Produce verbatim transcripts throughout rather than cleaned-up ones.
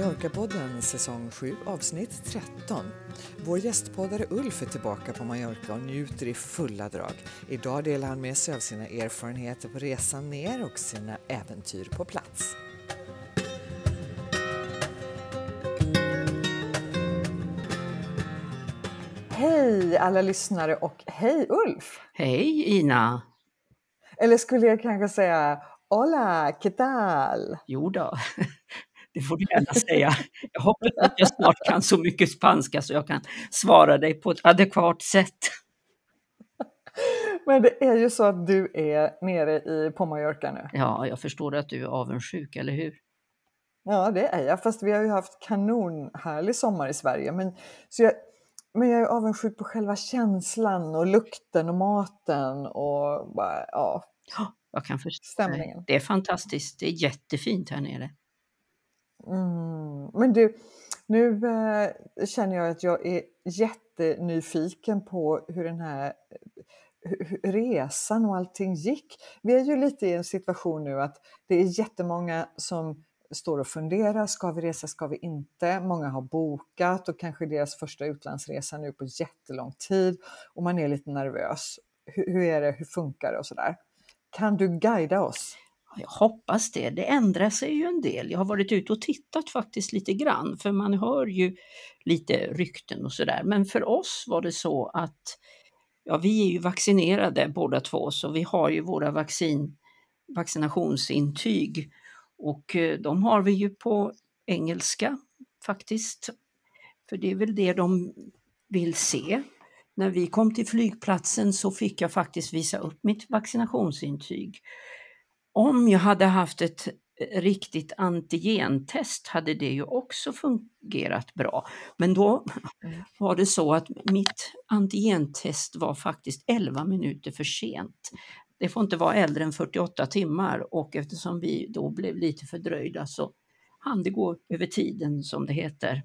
Mallorca-podden säsong sju avsnitt tretton. Vår gästpoddare Ulf är tillbaka på Mallorca och njuter i fulla drag. Idag delar han med sig av sina erfarenheter på resan ner och sina äventyr på plats. Hej alla lyssnare och hej Ulf! Hej Ina! Eller skulle jag kanske säga hola, ¿qué tal? Jo då, det får du gärna säga. Jag hoppas att jag snart kan så mycket spanska så jag kan svara dig på ett adekvat sätt. Men det är ju så att du är nere i, på Mallorca nu. Ja, jag förstår att du är avundsjuk, eller hur? Ja, det är jag. Fast vi har ju haft kanonhärlig sommar i Sverige. Men, så jag, men jag är avundsjuk på själva känslan och lukten och maten och bara, ja, Ja, jag kan förstå. stämningen. Det är fantastiskt, det är jättefint här nere. Mm. Men du, nu eh, känner jag att jag är jättenyfiken på hur den här hur resan och allting gick. Vi är ju lite i en situation nu att det är jättemånga som står och funderar, ska vi resa, ska vi inte? Många har bokat och kanske deras första utlandsresa nu på jättelång tid och man är lite nervös. Hur, hur är det, hur funkar det och sådär? Kan du guida oss? Jag hoppas det, det ändrar sig ju en del. Jag har varit ute och tittat faktiskt lite grann, för man hör ju lite rykten och sådär. Men för oss var det så att ja, vi är ju vaccinerade båda två, så vi har ju våra vaccin, vaccinationsintyg och de har vi ju på engelska faktiskt, för det är väl det de vill se. När vi kom till flygplatsen så fick jag faktiskt visa upp mitt vaccinationsintyg. Om jag hade haft ett riktigt antigentest hade det ju också fungerat bra. Men då mm. var det så att mitt antigentest var faktiskt elva minuter för sent. Det får inte vara äldre än fyrtioåtta timmar och eftersom vi då blev lite fördröjda så hann det gå över tiden, som det heter.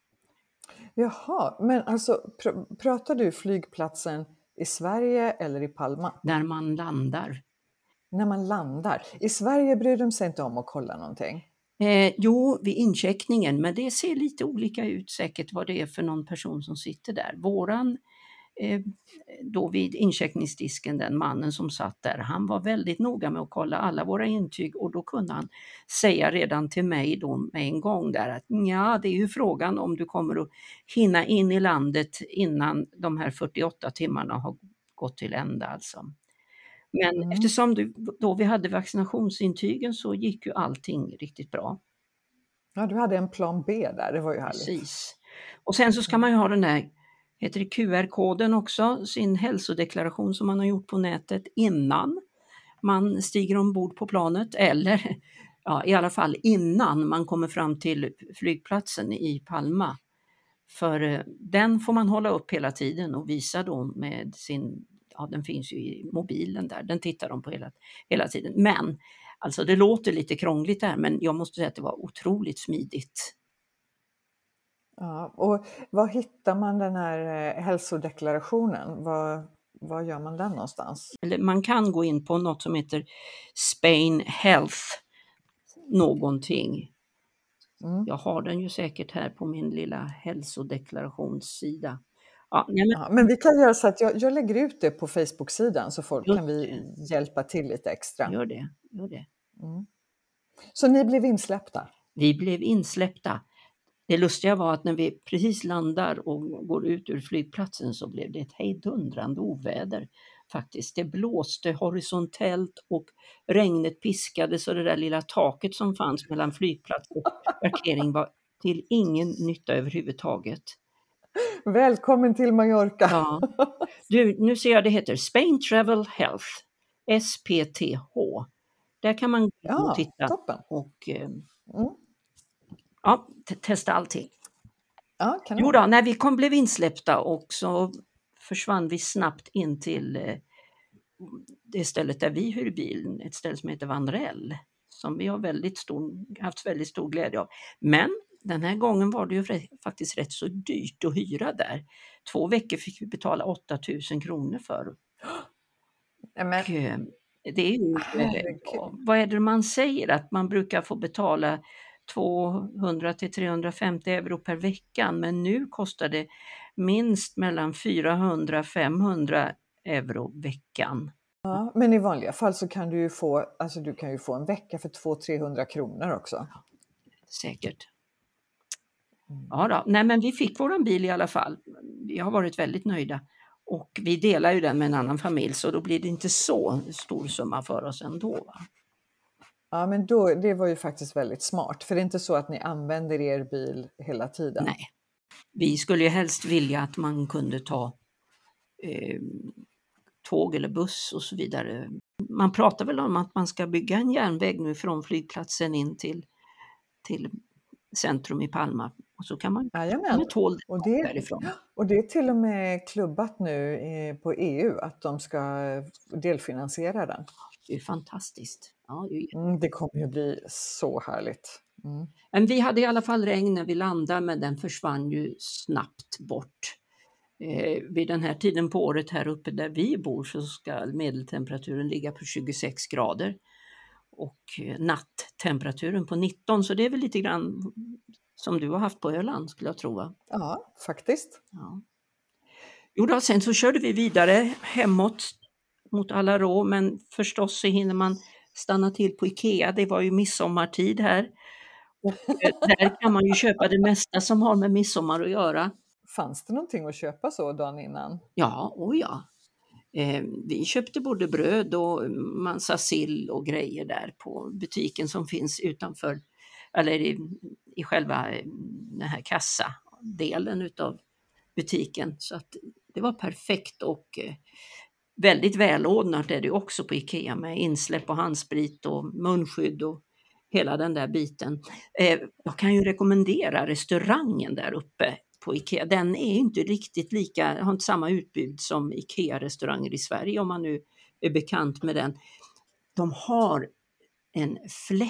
Jaha, men alltså pr- pratar du flygplatsen i Sverige eller i Palma? När man landar. När man landar. I Sverige bryr de sig inte om att kolla någonting? Eh, jo, vid incheckningen, men det ser lite olika ut säkert vad det är för någon person som sitter där. Våran, eh, då vid incheckningsdisken, den mannen som satt där, han var väldigt noga med att kolla alla våra intyg och då kunde han säga redan till mig då med en gång där att ja, det är ju frågan om du kommer att hinna in i landet innan de här fyrtioåtta timmarna har gått till ända alltså. Men mm. eftersom du, då vi hade vaccinationsintygen så gick ju allting riktigt bra. Ja, du hade en plan B där, det var ju härligt. Precis. Och sen så ska man ju ha den där, heter det Q R-koden också, sin hälsodeklaration som man har gjort på nätet innan man stiger ombord på planet, eller ja, i alla fall innan man kommer fram till flygplatsen i Palma. För den får man hålla upp hela tiden och visa då med sin, ja den finns ju i mobilen där, den tittar de på hela, hela tiden. Men alltså det låter lite krångligt där, men jag måste säga att det var otroligt smidigt. Ja, och var hittar man den här hälsodeklarationen? Var, var gör man den någonstans? Eller man kan gå in på något som heter Spain Health någonting. Mm. Jag har den ju säkert här på min lilla hälsodeklarationssida. Ja, nej men... Ja, men vi kan göra så att jag, jag lägger ut det på Facebook-sidan så folk kan vi hjälpa till lite extra. Gör det, gör det. Mm. Så ni blev insläppta? Vi blev insläppta. Det lustiga var att när vi precis landar och går ut ur flygplatsen så blev det ett hejdundrande oväder faktiskt. Det blåste horisontellt och regnet piskade så det där lilla taket som fanns mellan flygplats och parkering var till ingen nytta överhuvudtaget. Välkommen till Mallorca! Ja. Du, nu ser jag det heter Spain Travel Health, S P T H. Där kan man gå ja, och titta toppen. och eh, mm. ja, t- testa allting. Ja, kan jo då, när vi kom blev insläppta och så försvann vi snabbt in till eh, det stället där vi hyr bilen, ett ställe som heter Vandrell, som vi har väldigt stor, haft väldigt stor glädje av. Men den här gången var det ju re- faktiskt rätt så dyrt att hyra där. Två veckor fick vi betala åtta tusen kronor för. Men... Och, eh, det är ju, eh, vad är det man säger, att man brukar få betala tvåhundra till trehundrafemtio euro per veckan, men nu kostar det minst mellan fyrahundra till femhundra euro veckan. Ja, men i vanliga fall så kan du ju få, alltså du kan ju få en vecka för tvåhundra till trehundra kronor också. Säkert. Mm. Ja då. Nej, men vi fick våran bil i alla fall. Vi har varit väldigt nöjda. Och vi delar ju den med en annan familj, så då blir det inte så stor summa för oss ändå. Va? Ja, men då, det var ju faktiskt väldigt smart. För det är inte så att ni använder er bil hela tiden. Nej. Vi skulle ju helst vilja att man kunde ta eh, tåg eller buss och så vidare. Man pratar väl om att man ska bygga en järnväg nu från flygplatsen in till, till centrum i Palma. Och så kan man Jajamän. med tåg Och det, därifrån. och det är till och med klubbat nu eh, på E U att de ska delfinansiera den. Det är fantastiskt. Ja, det, är... Mm, det kommer ju bli så härligt. Mm. Men vi hade i alla fall regn när vi landade, men den försvann ju snabbt bort. Eh, vid den här tiden på året här uppe där vi bor så ska medeltemperaturen ligga på tjugosex grader och eh, natttemperaturen på nitton, så det är väl lite grann som du har haft på Öland skulle jag tro. Va? Ja, faktiskt. Ja. Jo då, sen så körde vi vidare hemåt mot Alarå, men förstås så hinner man stanna till på Ikea. Det var ju midsommartid här och eh, där kan man ju köpa det mesta som har med midsommar att göra. Fanns det någonting att köpa så dagen innan? Ja, och ja. Eh, vi köpte både bröd och massa sill och grejer där på butiken som finns utanför, eller i, i själva eh, den här kassadelen utav butiken. Så att det var perfekt och eh, väldigt välordnat är det också på Ikea med insläpp och handsprit och munskydd och hela den där biten. Eh, jag kan ju rekommendera restaurangen där uppe på Ikea. Den är inte riktigt lika, har inte samma utbud som Ikea-restauranger i Sverige om man nu är bekant med den. De har en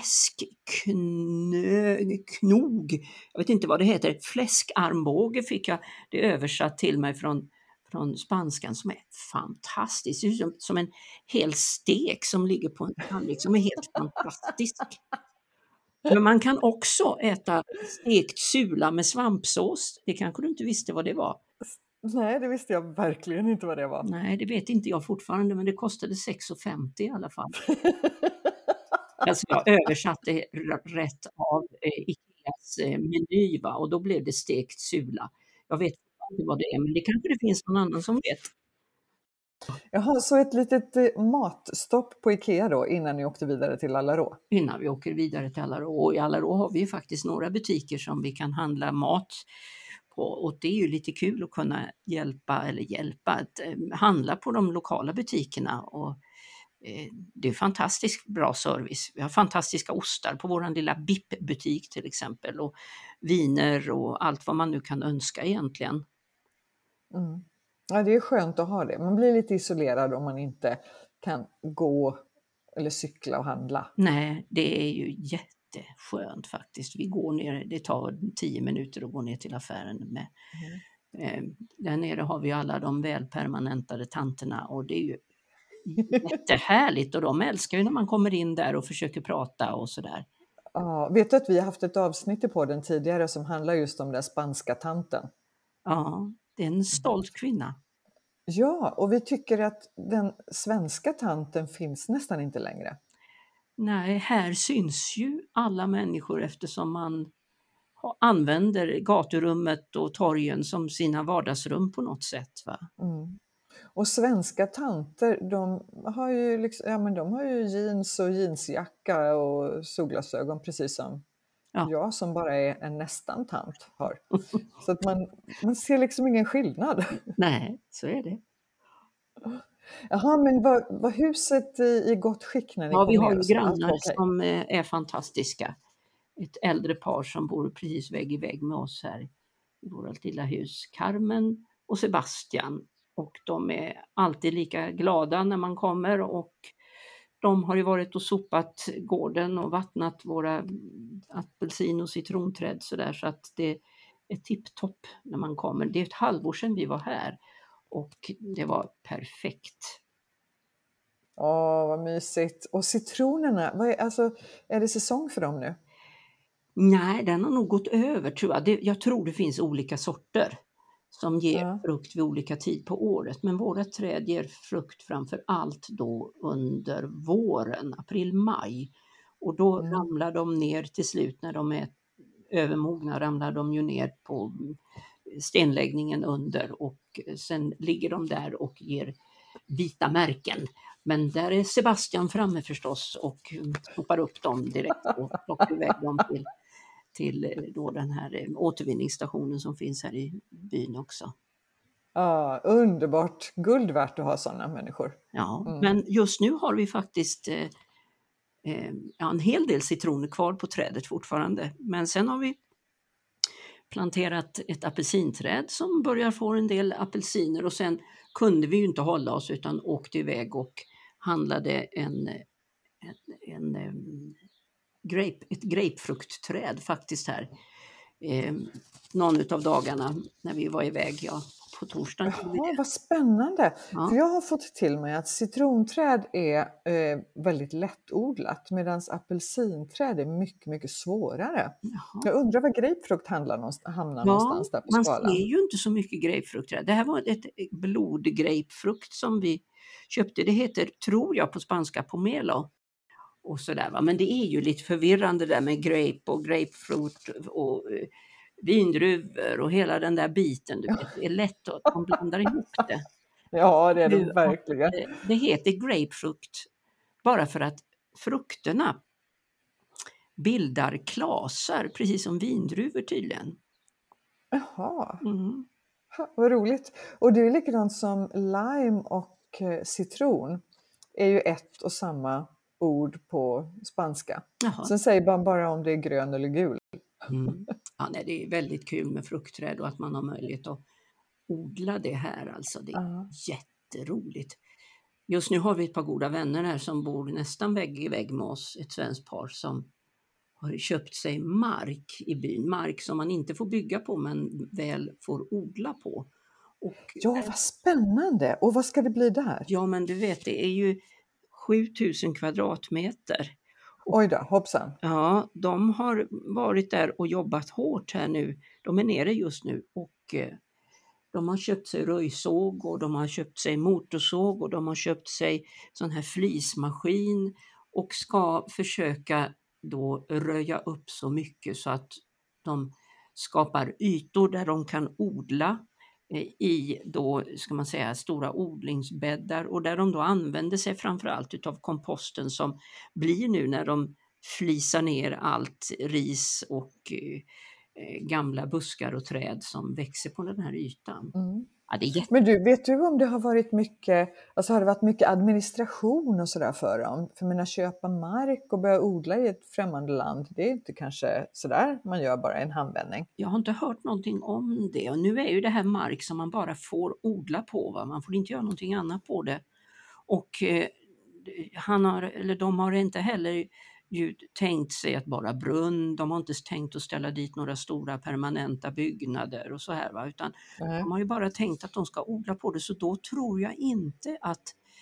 fläskknog, jag vet inte vad det heter, fläskarmbåge fick jag det översatt till mig från, från spanskan som är fantastiskt. Det är som, som en hel stek som ligger på en tallrik som är helt fantastisk. Men man kan också äta stekt sula med svampsås. Det kanske du inte visste vad det var. Nej, det visste jag verkligen inte vad det var. Nej, det vet inte jag fortfarande, men det kostade sex femtio i alla fall. Alltså jag översatte rätt av eh, Ikeas eh, meny, va? Och då blev det stekt sula. Jag vet inte vad det är, men det kanske det finns någon annan som vet. Jaha, så ett litet eh, matstopp på Ikea då innan ni åkte vidare till Alarå? Innan vi åker vidare till Alarå. Och i Alarå har vi ju faktiskt några butiker som vi kan handla mat på. Och det är ju lite kul att kunna hjälpa, eller hjälpa, att eh, handla på de lokala butikerna. Och eh, det är fantastiskt bra service. Vi har fantastiska ostar på vår lilla B I P-butik till exempel. Och viner och allt vad man nu kan önska egentligen. Mm. Ja, det är skönt att ha det. Man blir lite isolerad om man inte kan gå eller cykla och handla. Nej, det är ju jätteskönt faktiskt. Vi går ner, det tar tio minuter att gå ner till affären med. Mm. Eh, där nere har vi alla de välpermanentade tanterna och det är ju jättehärligt och de älskar ju när man kommer in där och försöker prata och sådär. Ja, vet du att vi har haft ett avsnitt på den tidigare som handlar just om den spanska tanten? Ja, det är en stolt kvinna. Ja, och vi tycker att den svenska tanten finns nästan inte längre. Nej, här syns ju alla människor eftersom man använder gaturummet och torgen som sina vardagsrum på något sätt. Va? Mm. Och svenska tanter, de har ju, liksom, ja, men de har ju jeans och jeansjacka och solglasögon precis som ja. jag som bara är en nästan tant har. Så att man, man ser liksom ingen skillnad. Nej, så är det. Jaha, men var, var huset i, i gott skick när ni ja, kom ner? Ja, vi har ju så? grannar okay. som är fantastiska. Ett äldre par som bor precis vägg i vägg med oss här i vårt lilla hus. Carmen och Sebastian. Och de är alltid lika glada när man kommer och de har ju varit och sopat gården och vattnat våra apelsin- och citronträd så där, så att det är tipptopp när man kommer. Det är ett halvår sedan vi var här och det var perfekt. Åh, vad mysigt. Och citronerna, vad är, alltså, är det säsong för dem nu? Nej, den har nog gått över tror jag. Det, jag tror det finns olika sorter som ger Ja. frukt vid olika tid på året. Men våra träd ger frukt framför allt då under våren, april-maj. Och då Mm. ramlar de ner till slut när de är övermogna, ramlar de ju ner på stenläggningen under och sen ligger de där och ger vita märken. Men där är Sebastian framme förstås och hoppar upp dem direkt och plockar iväg dem till, till då den här återvinningsstationen som finns här i byn också. Ja, underbart. Guld värt att ha sådana människor. Ja, Mm. men just nu har vi faktiskt eh, eh, ja, en hel del citroner kvar på trädet fortfarande. Men sen har vi planterat ett apelsinträd som börjar få en del apelsiner och sen kunde vi ju inte hålla oss utan åkte iväg och handlade en, en, en um, grape, ett grapefruktträd faktiskt här. Eh, någon utav dagarna när vi var iväg, ja, på torsdagen. Jaha, vad spännande! Ja. För jag har fått till mig att citronträd är eh, väldigt lättodlat medan apelsinträd är mycket, mycket svårare. Jaha. Jag undrar var grapefrukt handlar någonstans, hamnar Ja, någonstans där på man skalan. ser ju inte så mycket grapefruktträd. Det här var ett blodgrapefrukt som vi köpte. Det heter, tror jag på spanska, pomelo. Och sådär, va? Men det är ju lite förvirrande där med grape och grapefruit och uh, vindruvor och hela den där biten. Du vet. Det är lätt att man blandar ihop det. Ja, det är Nu, det verkligen. det, det heter grapefrukt bara för att frukterna bildar klasar, precis som vindruvor tydligen. Jaha, Mm. ha, vad roligt. Och det är likadant som lime och eh, citron är ju ett och samma ord på spanska. Jaha. Sen säger man bara om det är grön eller gul. Mm. Ja, nej, det är väldigt kul med fruktträd och att man har möjlighet att odla det här. Alltså, det är Ja. jätteroligt. Just nu har vi ett par goda vänner här som bor nästan vägg i vägg med oss, ett svenskt par som har köpt sig mark i byn. Mark som man inte får bygga på men väl får odla på. Och, Ja, vad spännande! Och vad ska det bli där? ja, men du vet, det är ju sjutusen kvadratmeter. Oj då, hoppsan. Ja, de har varit där och jobbat hårt här nu. De är nere just nu och eh, de har köpt sig röjsåg och de har köpt sig motorsåg och de har köpt sig sån här flismaskin och ska försöka då röja upp så mycket så att de skapar ytor där de kan odla eh, i då, ska man säga, stora odlingsbäddar och där de då använder sig framförallt utav komposten som blir nu när de flisar ner allt ris och eh, gamla buskar och träd som växer på den här ytan. Mm. Ja, det är jätte... Men du, vet du om det har varit mycket, alltså har det varit mycket administration och sådär för dem? För mina köpa mark och börja odla i ett främmande land, det är inte kanske sådär man gör bara en handvändning. Jag har inte hört någonting om det och nu är ju det här mark som man bara får odla på, va? Man får inte göra någonting annat på det. Och eh, han har, eller de har inte heller ju tänkt sig att bara brunn, de har inte tänkt att ställa dit några stora permanenta byggnader och så här, va? Utan Nej. de har ju bara tänkt att de ska odla på det, så då tror jag inte att,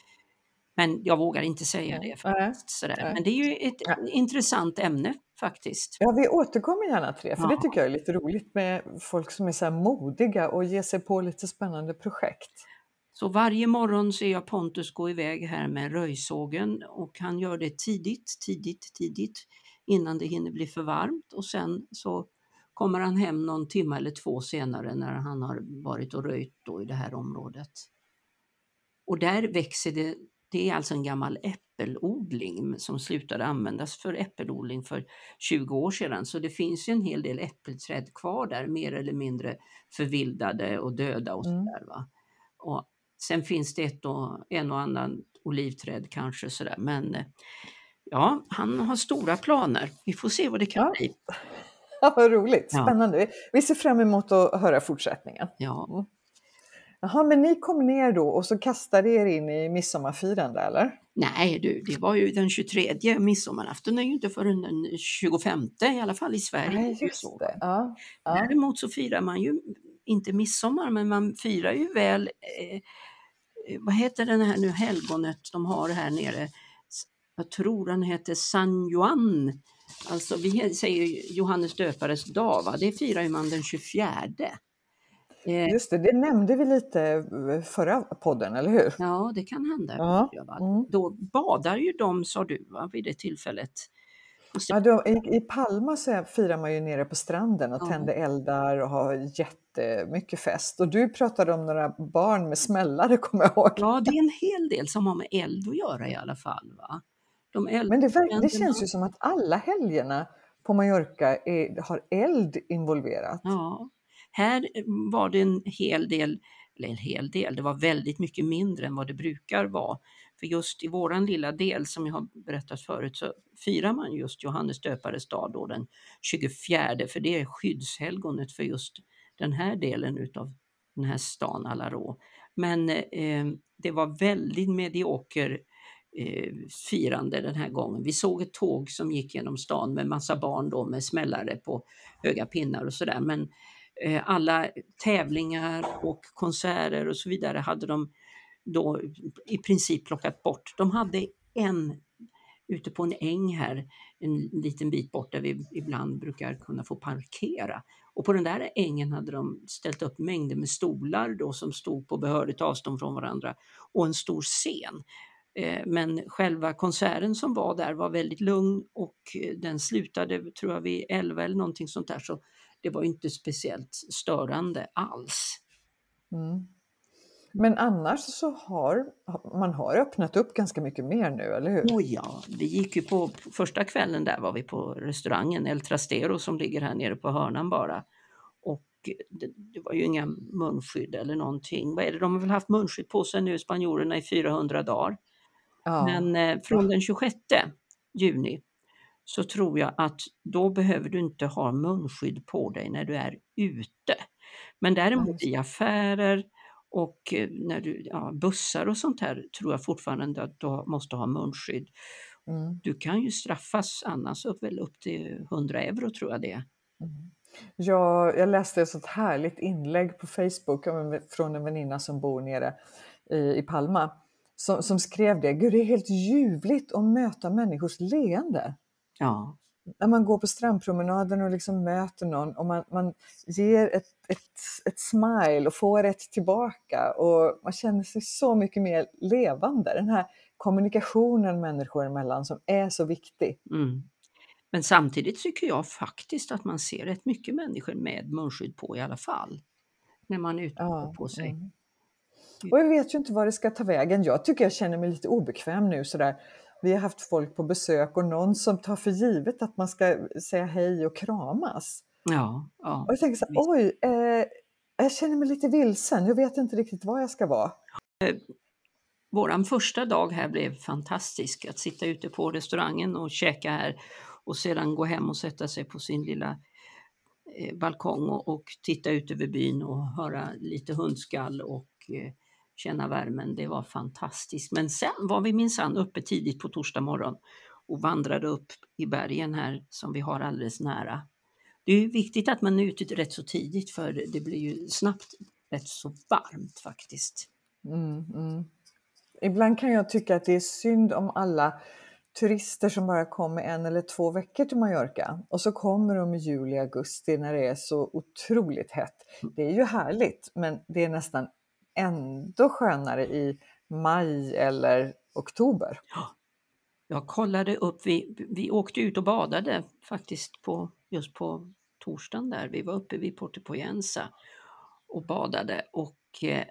men jag vågar inte säga det faktiskt, sådär. Nej. Men det är ju ett Nej. intressant ämne faktiskt. Ja, vi återkommer gärna till det, för Ja. det tycker jag är lite roligt med folk som är så här modiga och ger sig på lite spännande projekt. Så varje morgon ser jag Pontus gå iväg här med röjsågen och han gör det tidigt, tidigt, tidigt innan det hinner bli för varmt och sen så kommer han hem någon timme eller två senare när han har varit och röjt då i det här området. Och där växer det, det är alltså en gammal äppelodling som slutade användas för äppelodling för tjugo år sedan. Så det finns ju en hel del äppelträd kvar där, mer eller mindre förvildade och döda och Mm. sådär, va. Och sen finns det ett och, en och annan olivträd kanske sådär, men ja, han har stora planer. Vi får se vad det kan Ja. bli. Ja, vad roligt, Ja. spännande. Vi- Vi ser fram emot att höra fortsättningen. Ja. Jaha, men ni kom ner då och så kastade er in i midsommarfirande, eller? Nej du, det var ju den tjugotredje, midsommarafton är ju inte förrän den tjugofemte, i alla fall i Sverige. Nej, är det ju just så. det. Ja, ja. Däremot så firar man ju inte midsommar, men man firar ju väl, eh, eh, vad heter den här nu helgonet de har här nere? S- Jag tror den heter San Juan. Alltså vi säger Johannes döpares dag, va? Det firar ju man den tjugofjärde. Eh, Just det, det nämnde vi lite eh, förra podden, eller hur? ja, det kan hända. Ja. Ja, va? Mm. Då badar ju de, sa du, va, vid det tillfället. Och sen, Ja, då, i, I Palma så firar man ju nere på stranden och ja, tänder eldar och har jättemycket fest. Och du pratade om några barn med smällare, kommer jag ihåg. ja, det är en hel del som har med eld att göra i alla fall. Va? De Men det, verk- det eldbränderna, känns ju som att alla helgerna på Mallorca är, har eld involverat. ja. Här var det en hel del, eller en hel del, det var väldigt mycket mindre än vad det brukar vara. För just i våran lilla del som jag har berättat förut så firar man just Johannes döpares dag då den tjugofjärde, för det är skyddshelgonet för just den här delen utav den här stan Alarå. Men eh, det var väldigt medioker eh, firande den här gången. Vi såg ett tåg som gick genom stan med massa barn då med smällare på höga pinnar och sådär. Men eh, alla tävlingar och konserter och så vidare hade de då i princip plockat bort. De hade en ute på en äng här, en liten bit bort där vi ibland brukar kunna få parkera. Och på den där ängen hade de ställt upp mängder med stolar då som stod på behörigt avstånd från varandra och en stor scen. Eh, Men själva konserten som var där var väldigt lugn och eh, den slutade tror jag vid elva eller någonting sånt där, så det var inte speciellt störande alls. Mm. Men annars så har man har öppnat upp ganska mycket mer nu, eller hur? Oh ja, vi gick ju på första kvällen där var vi på restaurangen El Trastero som ligger här nere på hörnan bara. Och det, det var ju inga munskydd eller någonting. Vad är det? De har väl haft munskydd på sig nu, spanjorerna, i fyrahundra dagar. Ja. Men eh, från den tjugosjätte juni så tror jag att då behöver du inte ha munskydd på dig när du är ute. Men Ja, däremot just- i affärer och eh, när du, ja, bussar och sånt här tror jag fortfarande att du måste ha munskydd. Mm. Du kan ju straffas annars upp, väl upp till hundra euro tror jag det är. Mm. Ja, jag läste ett sånt härligt inlägg på Facebook av en- från en väninna som bor nere i, i Palma som, som skrev det. Gud, det är helt ljuvligt att möta människors leende. Ja, När man går på strandpromenaden och liksom möter någon och man, man ger ett, ett, ett smile och får ett tillbaka och man känner sig så mycket mer levande. Den här kommunikationen människor emellan som är så viktig. mm. Men samtidigt tycker jag faktiskt att man ser rätt mycket människor med munskydd på i alla fall. När man är ute och har Ja, på sig. mm. Och jag vet ju inte var det ska ta vägen. Jag tycker jag känner mig lite obekväm nu sådär. Vi har haft folk på besök och någon som tar för givet att man ska säga hej och kramas. Ja, ja. Och jag tänker så här, Visst. oj, eh, jag känner mig lite vilsen. Jag vet inte riktigt var jag ska vara. Våran första dag här blev fantastisk. Att sitta ute på restaurangen och käka här och sedan gå hem och sätta sig på sin lilla eh, balkong och, och titta ut över byn och höra lite hundskall och eh, känna värmen. Det var fantastiskt. Men sen var vi minsann uppe tidigt på torsdag morgon och vandrade upp i bergen här som vi har alldeles nära. Det är ju viktigt att man är ute rätt så tidigt för det blir ju snabbt rätt så varmt faktiskt. Mm, mm. Ibland kan jag tycka att det är synd om alla turister som bara kommer en eller två veckor till Mallorca och så kommer de i juli, augusti när det är så otroligt hett. Det är ju härligt, men det är nästan ändå skönare i maj eller oktober. Jag kollade upp, vi, vi åkte ut och badade faktiskt på, just på torsdagen där. Vi var uppe vid Porto Poyensa och badade och eh,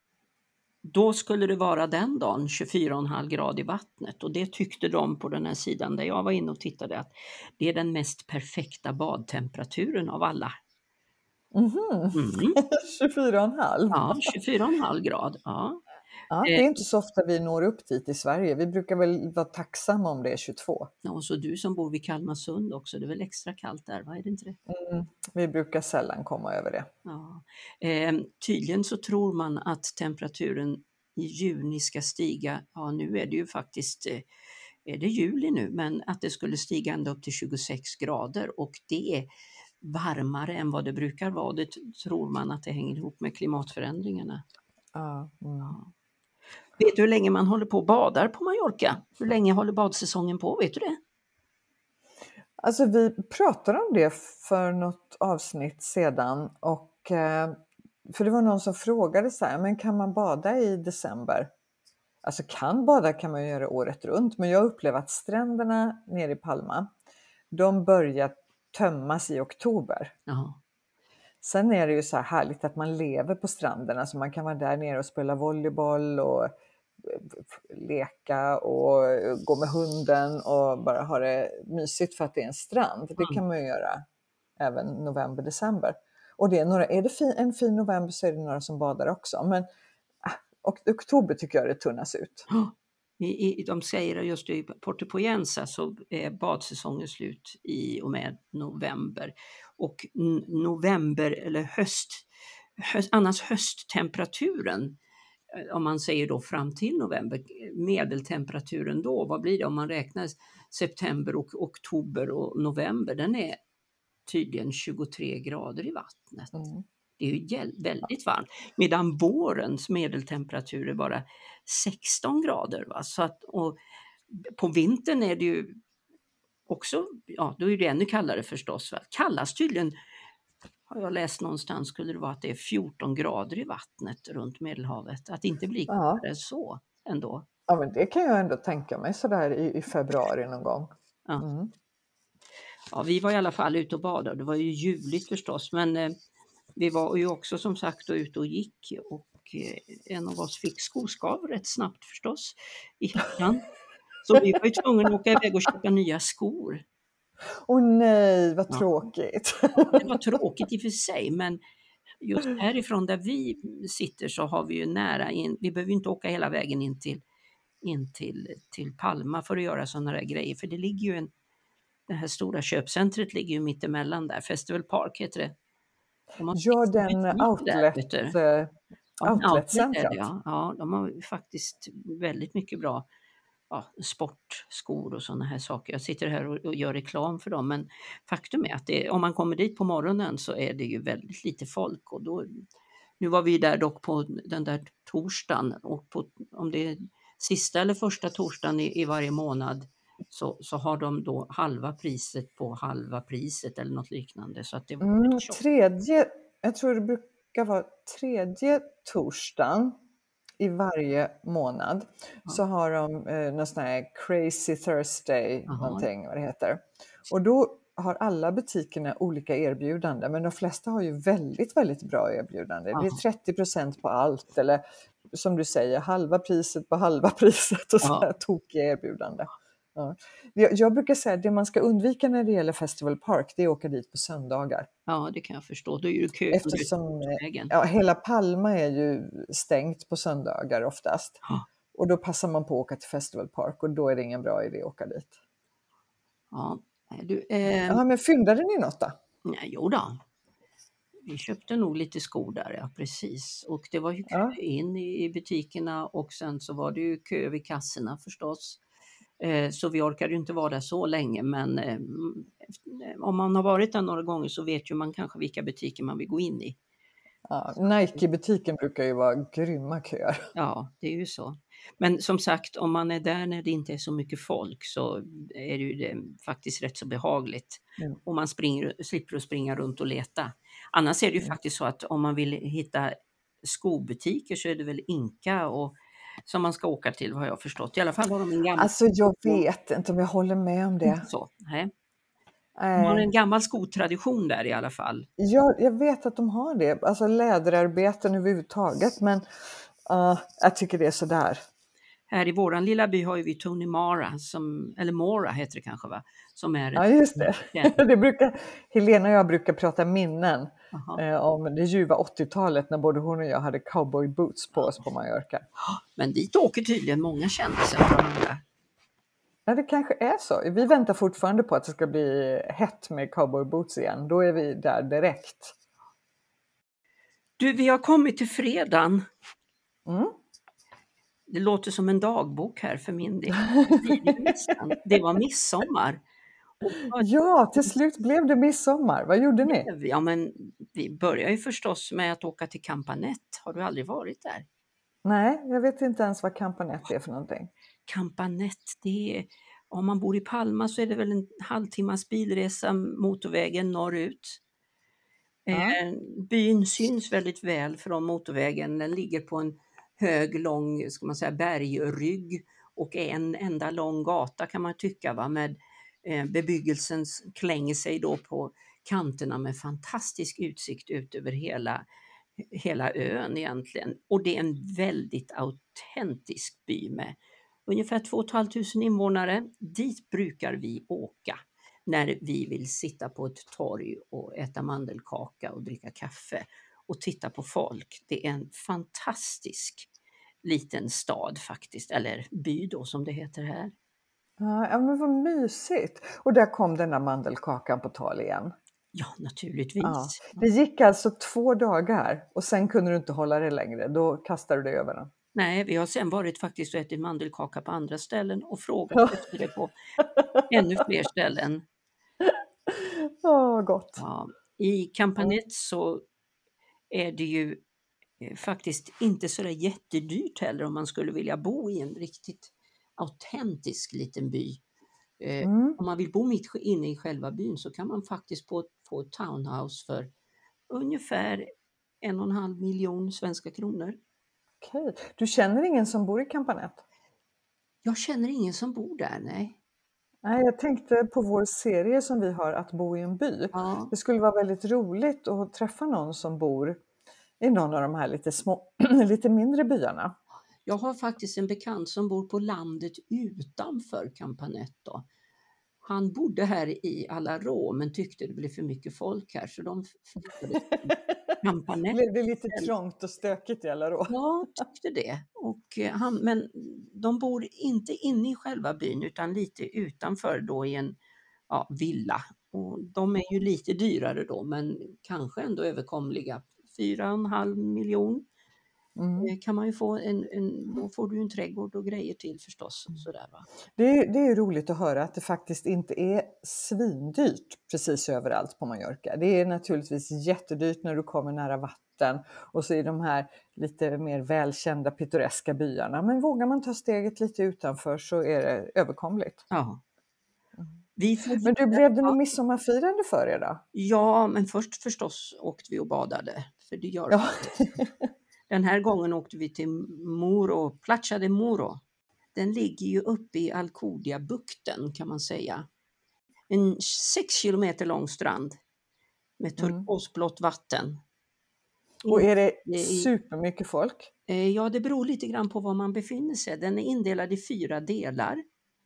då skulle det vara den dagen tjugofyra komma fem grad i vattnet och det tyckte de på den här sidan där jag var inne och tittade att det är den mest perfekta badtemperaturen av alla. Mhm. Mm. tjugofyra komma fem. Ja, tjugofyra komma fem grad. Ja. Ja, det är inte så ofta vi når upp dit i Sverige. Vi brukar väl vara tacksamma om det är tjugotvå. Ja, och så du som bor vid Kalmarsund också, det är väl extra kallt där, va? Är det inte det? Mm, vi brukar sällan komma över det. Ja. Eh, tydligen så tror man att temperaturen i juni ska stiga, ja nu är det ju faktiskt, eh, är det juli nu, men att det skulle stiga ända upp till tjugosex grader och det är varmare än vad det brukar vara. Det t- tror man att det hänger ihop med klimatförändringarna. Ja, mm. Ja. Vet du hur länge man håller på och badar på Mallorca? Hur länge håller badsäsongen på? Vet du det? Alltså vi pratade om det för något avsnitt sedan och eh, för det var någon som frågade så här, men kan man bada i december? Alltså kan bada kan man ju göra året runt, men jag upplever att stränderna nere i Palma, de börjar tömmas i oktober. Ja. Sen är det ju så här härligt att man lever på stränderna, så man kan vara där nere och spela volleyboll och eh, leka och gå med hunden och bara ha det mysigt för att det är en strand. Det Mm. kan man ju göra även november, december. Och det är, några, är det fin, en fin november så är det några som badar också. Men ah, och, oktober tycker jag det tunnas ut. I, i, de säger att just i Porto Poyensa så är badsäsongen slut i och med november. Och n- november eller höst, höst, annars hösttemperaturen, eh, om man säger då fram till november, medeltemperaturen då, vad blir det om man räknar september och oktober och november, den är tydligen tjugotre grader i vattnet. Mm. Det är ju gäll- väldigt varmt. Medan vårens medeltemperatur är bara sexton grader. Va? Så att, och på vintern är det ju också, ja då är det ännu kallare förstås. Va? Kallast tydligen, har jag läst någonstans, skulle det vara att det är fjorton grader i vattnet runt Medelhavet. Att det inte blir Ja. kallare så ändå. Ja, men det kan jag ändå tänka mig sådär i, i februari någon gång. Ja. Mm. Ja, vi var i alla fall ute och badade. Det var ju ljuvligt förstås, men eh, vi var ju också som sagt då ute och gick, och eh, en av oss fick skoskav rätt snabbt förstås i häcken. Så vi var ju tvungna att åka iväg och köpa nya skor. Åh nej, vad Ja. tråkigt. Det var tråkigt i och för sig, men just härifrån där vi sitter så har vi ju nära in, vi behöver inte åka hela vägen in till, in till, till Palma för att göra sådana där grejer, för det ligger ju en, det här stora köpcentret ligger ju mitt emellan där, Festival Park heter det. De har Ja, fixat den butik där, outlet, vet du. eh, Ja, outlet är outletcentret. det, ja. Ja, de har ju faktiskt väldigt mycket bra, ja, sportskor och sådana här saker. Jag sitter här och, och gör reklam för dem, men faktum är att det, om man kommer dit på morgonen så är det ju väldigt lite folk. Och då, nu var vi där dock på den där torsdagen, och på, om det är sista eller första torsdagen i, i varje månad så, så har de då halva priset på halva priset eller något liknande. Så att det var Mm, väldigt tjockt. tredje, jag tror det brukar vara tredje torsdagen i varje månad Ja. så har de eh, någon sån här Crazy Thursday, Jaha. någonting vad det heter. Och då har alla butikerna olika erbjudanden, men de flesta har ju väldigt, väldigt bra erbjudanden. Det är Jaha. trettio procent på allt, eller som du säger, halva priset på halva priset och så Ja. här tokiga erbjudanden. Ja. Jag, jag brukar säga att det man ska undvika när det gäller Festival Park, det är att åka dit på söndagar. Ja, det kan jag förstå. Då är ju kö Eftersom ut vägen. ja, hela Palma är ju stängt på söndagar oftast. Ja. Och då passar man på att åka till Festival Park och då är det ingen bra idé att åka dit. Ja, nej, du, eh, Ja, men fyndade ni något då? nej, jo då. Vi köpte nog lite skor där, ja precis. Och det var ju kö Ja. in i, i butikerna, och sen så var det ju kö vid kassorna förstås. Eh, så vi orkade ju inte vara där så länge, men eh, om man har varit där några gånger så vet ju man kanske vilka butiker man vill gå in i. Ja, Nike-butiken brukar ju vara grymma köer. Ja, det är ju så. Men som sagt, om man är där när det inte är så mycket folk så är det ju det faktiskt rätt så behagligt. Mm. Och man springer, slipper att springa runt och leta. Annars är det ju Mm. faktiskt så att om man vill hitta skobutiker så är det väl Inka och som man ska åka till, vad jag har förstått. I alla fall har de en gammal... Alltså jag vet inte om jag håller med om det. Så, nej. De har en Nej. gammal skotradition där i alla fall. Jag, jag vet att de har det, alltså läderarbeten överhuvudtaget, men uh, jag tycker det är sådär. Här i våran lilla by har ju vi Tony Mara, som, eller Mora heter det kanske va? Som är Ja, just det. Ja. det brukar, Helena och jag brukar prata minnen Aha. eh, om det ljuva åttiotalet när både hon och jag hade cowboy boots på oss på Mallorca. Men dit åker tydligen många kändisar från andra. Ja, det kanske är så. Vi väntar fortfarande på att det ska bli hett med cowboy boots igen. Då är vi där direkt. Du, vi har kommit till fredagen. Mm. Det låter som en dagbok här för min del. Det var midsommar. Och Ja, till slut blev det midsommar. Vad gjorde ni? ja, men vi börjar ju förstås med att åka till Campanet. Har du aldrig varit där? Nej, jag vet inte ens vad Campanet är för någonting. Campanet, det är, Om man bor i Palma så är det väl en halvtimmas bilresa motorvägen norrut. Ja. Eh, byn syns väldigt väl från motorvägen. Den ligger på en hög, lång, ska man säga, bergrygg och är en enda lång gata kan man tycka, va? Med eh, bebyggelsen s- klänger sig då på kanterna med fantastisk utsikt ut över hela, hela ön egentligen. Och det är en väldigt autentisk by med ungefär två tusen femhundra invånare. Dit brukar vi åka när vi vill sitta på ett torg och äta mandelkaka och dricka kaffe och titta på folk. Det är en fantastisk liten stad faktiskt, eller by då som det heter här. Ja, ja, men vad mysigt. Och där kom den där mandelkakan på tal igen. Ja, Ja. naturligtvis. Det gick alltså två dagar och sen kunde du inte hålla det längre. Då kastade du dig över den. Nej, vi har sen varit faktiskt och ätit mandelkaka på andra ställen och frågat Ja. efter det på ännu fler ställen. Ja, gott. Ja, i Campanette så är det ju eh, faktiskt inte så där jättedyrt heller om man skulle vilja bo i en riktigt autentisk liten by. Eh, Mm. om man vill bo mitt inne i själva byn så kan man faktiskt få, få ett townhouse för ungefär en och en halv miljon svenska kronor. Okej. Du känner ingen som bor i Campanette? Jag känner ingen som bor där, nej. Nej, jag tänkte på vår serie som vi har, Att bo i en by. Ja, Det skulle vara väldigt roligt att träffa någon som bor i någon av de här lite små, lite mindre byarna. jag har faktiskt en bekant som bor på landet utanför Campanette då. Han bodde här i Alarå men tyckte det blev för mycket folk här så de flyttade till Campanette. Blev det lite trångt och stökigt i alla då? Jag tyckte det. Och eh, han, men de bor inte inne i själva byn utan lite utanför då i en ja, villa. Och de är ju lite dyrare då men kanske ändå överkomliga. Fyra och en halv miljon Mm. eh, kan man ju få en, en, då får du ju en trädgård och grejer till förstås. Sådär, va? Det är, det är roligt att höra att det faktiskt inte är svindyrt precis överallt på Mallorca. Det är naturligtvis jättedyrt när du kommer nära vatten och så är de här lite mer välkända pittoreska byarna. Men vågar man ta steget lite utanför så är det överkomligt. Ja. Mm. Vi får Men du, vidare. blev det något midsommarfirande för er då? Ja, men först förstås åkte vi och badade, för det gör Ja. vi. Den här gången åkte vi till Muro, Plaza de Muro. Den ligger ju uppe i Alcudia-bukten kan man säga. En sex kilometer lång strand med Mm. turkosblått vatten. Och är det Det är- supermycket folk? eh, Ja, det beror lite grann på var man befinner sig. Den är indelad i fyra delar.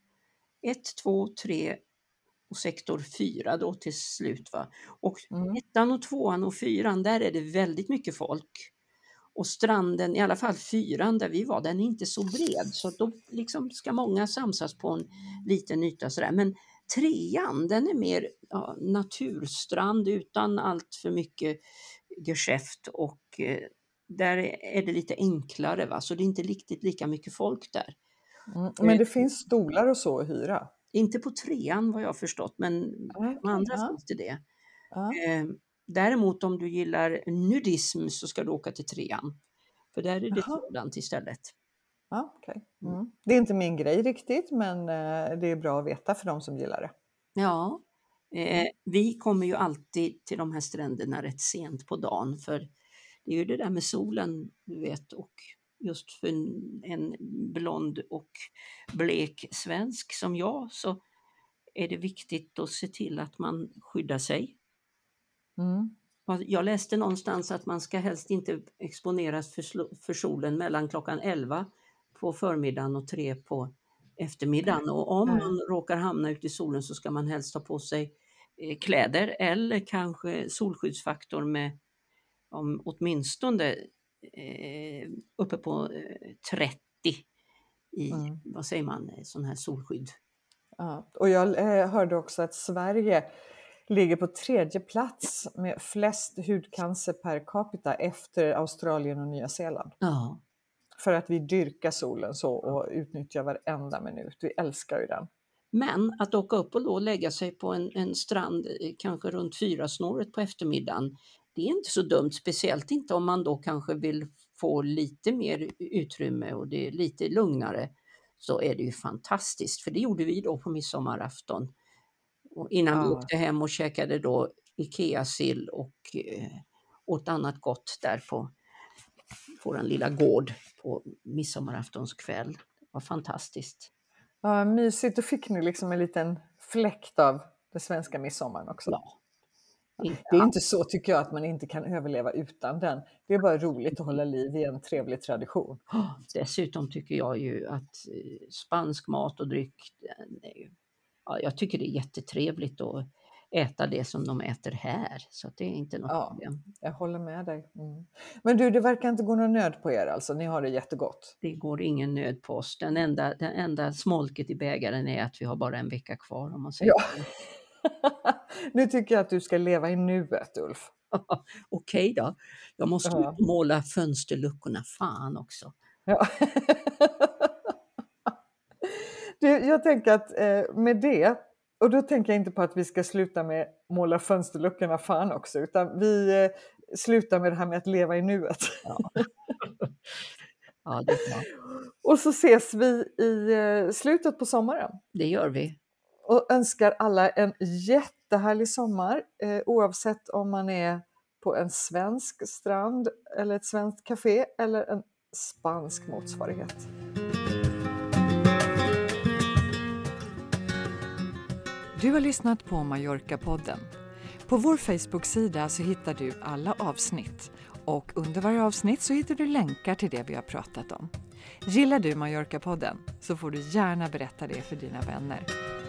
Ett, två, tre och sektor fyra då till slut. Va? Och Mm. ettan och tvåan och fyran, där är det väldigt mycket folk. Och stranden, i alla fall fyran där vi var, den är inte så bred så då liksom ska många samsas på en liten yta sådär. Men trean, den är mer ja, naturstrand utan allt för mycket geschäft och eh, där är det lite enklare, va? Så det är inte riktigt lika mycket folk där. Mm. Eh, Men det finns stolar och så att hyra? Inte på trean vad jag har förstått, men på de Okej, andra ja. finns det det. Ja. Eh, däremot om du gillar nudism så ska du åka till trean. För där är det Jaha. sådant istället. Ja, okej. Mm. Mm. Det är inte min grej riktigt, men eh, det är bra att veta för de som gillar det. Ja, eh, vi kommer ju alltid till de här stränderna rätt sent på dagen för det är ju det där med solen, du vet, och just för en, en blond och blek svensk som jag så är det viktigt att se till att man skyddar sig. Mm. Jag läste någonstans att man ska helst inte exponeras för, slo- för solen mellan klockan elva på förmiddagen och tre på eftermiddagen. Och om Nej. man råkar hamna ute i solen så ska man helst ta på sig eh, kläder eller kanske solskyddsfaktor med om, åtminstone eh, uppe på eh, trettio i, Mm. vad säger man, eh, sån här solskydd. Ja. Och jag eh, hörde också att Sverige ligger på tredje plats med flest hudcancer per capita efter Australien och Nya Zeeland. Ja. För att vi dyrkar solen så och utnyttjar varenda minut. Vi älskar ju den. Men att åka upp och då lägga sig på en, en strand eh, kanske runt fyra snåret på eftermiddagen, det är inte så dumt, speciellt inte om man då kanske vill få lite mer utrymme och det är lite lugnare. så är det ju fantastiskt. För det gjorde vi då på midsommarafton. Och innan vi Ja. åkte hem och käkade då Ikea-sill och eh, åt annat gott där på vår lilla gård på midsommaraftons kväll. Det var fantastiskt. Ja, mysigt. Då fick ni liksom en liten fläkt av det svenska midsommaren också. Ja. Inte Det är inte så tycker jag att man inte kan överleva utan den. Det är bara roligt att hålla liv i en trevlig tradition. Dessutom tycker jag ju att eh, spansk mat och dryck, den är ju, ja, jag tycker det är jättetrevligt att äta det som de äter här. Så att det är inte något Ja, problem. jag håller med dig. Mm. Men du, det verkar inte gå någon nöd på er alltså. Ni har det jättegott. Det går ingen nöd på oss. Den enda, den enda smolket i bägaren är att vi har bara en vecka kvar om man säger Ja. så. Nu tycker jag att du ska leva i nuet, Ulf. Okej då. Jag måste Ja. måla fönsterluckorna. Fan också. Ja. Du, jag tänker att eh, med det, och då tänker jag inte på att vi ska sluta med måla fönsterluckorna fan också, utan vi eh, slutar med det här med att leva i nuet. Ja, ja det är bra. Och så ses vi i eh, slutet på sommaren. Det gör vi. Och önskar alla en jättehärlig sommar, eh, oavsett om man är på en svensk strand eller ett svenskt café eller en spansk motsvarighet. Du har lyssnat på Mallorca-podden. På vår Facebook-sida så hittar du alla avsnitt och under varje avsnitt så hittar du länkar till det vi har pratat om. Gillar du Mallorca-podden så får du gärna berätta det för dina vänner.